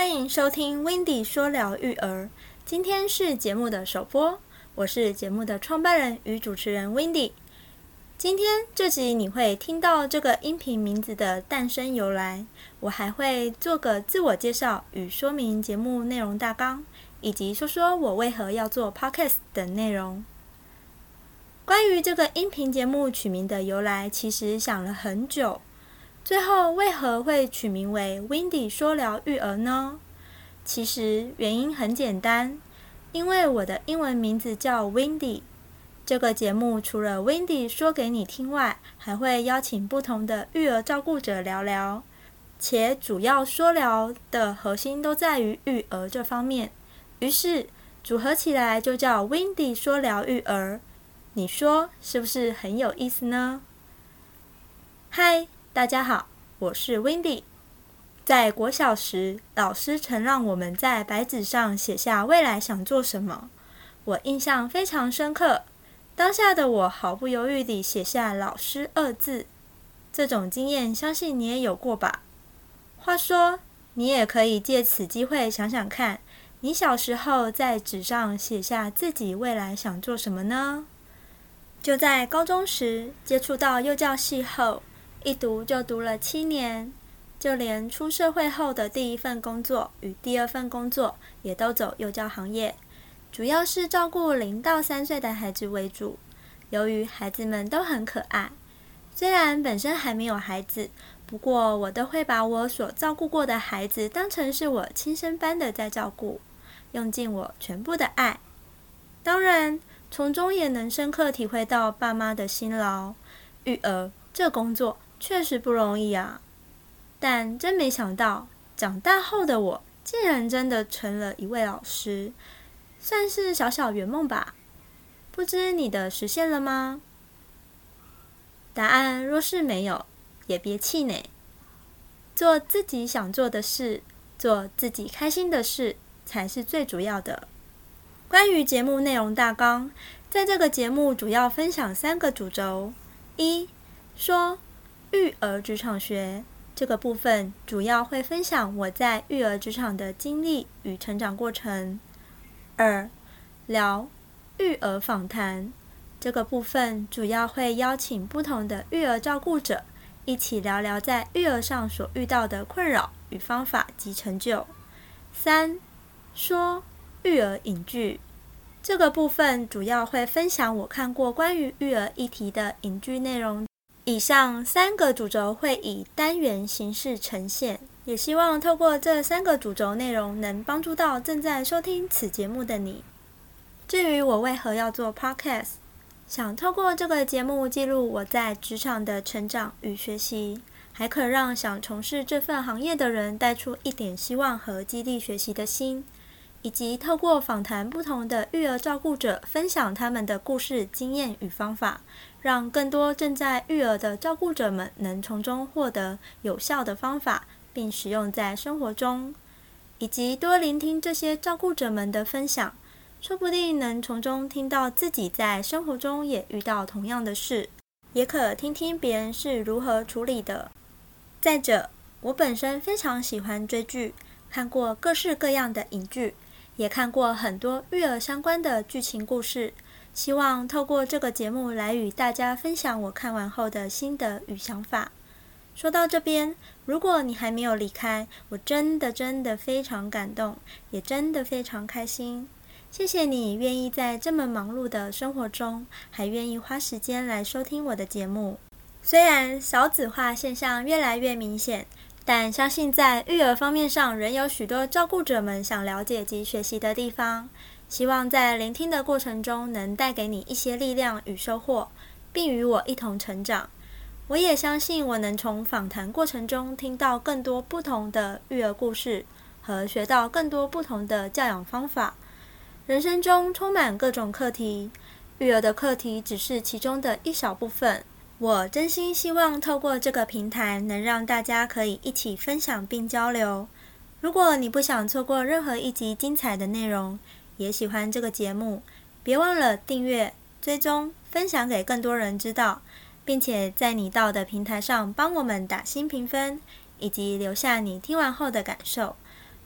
欢迎收听 Wendy 说聊育儿。今天是节目的首播，我是节目的创办人与主持人 Wendy。今天这集你会听到这个音频名字的诞生由来，我还会做个自我介绍与说明节目内容大纲，以及说说我为何要做 Podcast 等内容。关于这个音频节目取名的由来，其实想了很久。最后为何会取名为 Wendy 说聊育儿呢？其实原因很简单，因为我的英文名字叫 Wendy。这个节目除了 Wendy 说给你听外，还会邀请不同的育儿照顾者聊聊，且主要说聊的核心都在于育儿这方面。于是组合起来就叫 Wendy 说聊育儿。你说是不是很有意思呢？嗨，大家好，我是 Wendy。在国小时，老师曾让我们在白纸上写下未来想做什么，我印象非常深刻。当下的我毫不犹豫地写下老师2字，这种经验相信你也有过吧？话说，你也可以借此机会想想看，你小时候在纸上写下自己未来想做什么呢？就在高中时接触到幼教系后，一读就读了7年，就连出社会后的第一份工作与第二份工作也都走幼教行业，主要是照顾0到3岁的孩子为主。由于孩子们都很可爱，虽然本身还没有孩子，不过我都会把我所照顾过的孩子当成是我亲生般的在照顾，用尽我全部的爱。当然，从中也能深刻体会到爸妈的辛劳。育儿这工作确实不容易啊，但真没想到，长大后的我竟然真的成了一位老师，算是小小圆梦吧。不知你的实现了吗？答案若是没有，也别气馁。做自己想做的事，做自己开心的事，才是最主要的。关于节目内容大纲，在这个节目主要分享3个主轴。1. 说育儿职场学，这个部分主要会分享我在育儿职场的经历与成长过程。2. 聊育儿访谈，这个部分主要会邀请不同的育儿照顾者，一起聊聊在育儿上所遇到的困扰与方法及成就。3. 说育儿影剧，这个部分主要会分享我看过关于育儿议题的影剧内容。以上3个主轴会以单元形式呈现，也希望透过这3个主轴内容能帮助到正在收听此节目的你。至于我为何要做 Podcast， 想透过这个节目记录我在职场的成长与学习，还可让想从事这份行业的人带出一点希望和激励学习的心，以及透过访谈不同的育儿照顾者，分享他们的故事、经验与方法，让更多正在育儿的照顾者们能从中获得有效的方法，并使用在生活中，以及多聆听这些照顾者们的分享，说不定能从中听到自己在生活中也遇到同样的事，也可听听别人是如何处理的。再者，我本身非常喜欢追剧，看过各式各样的影剧，也看过很多育儿相关的剧情故事，希望透过这个节目来与大家分享我看完后的心得与想法。说到这边，如果你还没有离开，我真的非常感动，也真的非常开心。谢谢你愿意在这么忙碌的生活中，还愿意花时间来收听我的节目。虽然少子化现象越来越明显，但相信在育儿方面上仍有许多照顾者们想了解及学习的地方，希望在聆听的过程中能带给你一些力量与收获，并与我一同成长。我也相信我能从访谈过程中听到更多不同的育儿故事，和学到更多不同的教养方法。人生中充满各种课题，育儿的课题只是其中的一小部分。我真心希望透过这个平台能让大家可以一起分享并交流。如果你不想错过任何一集精彩的内容，也喜欢这个节目，别忘了订阅、追踪、分享给更多人知道，并且在你到的平台上帮我们打星评分，以及留下你听完后的感受。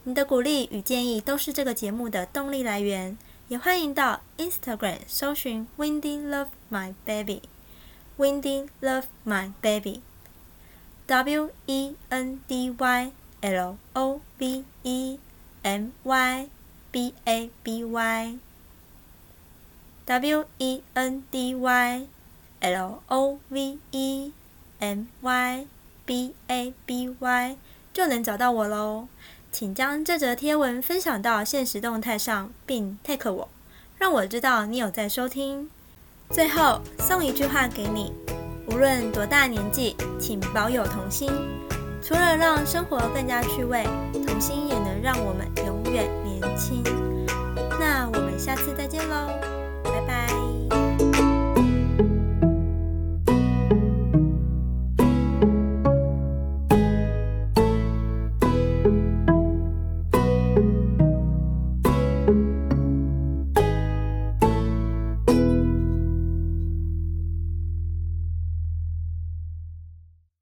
你的鼓励与建议都是这个节目的动力来源，也欢迎到 Instagram 搜寻 Windy Love My Baby Windy Love My Baby WendyLoveMyBaby WendyLoveMyBaby 就能找到我咯。请将这则贴文分享到限时动态上，并 tag 我，让我知道你有在收听。最后送一句话给你，无论多大年纪，请保有童心。除了让生活更加趣味，童心也能让我们永远年轻。那我们下次再见咯。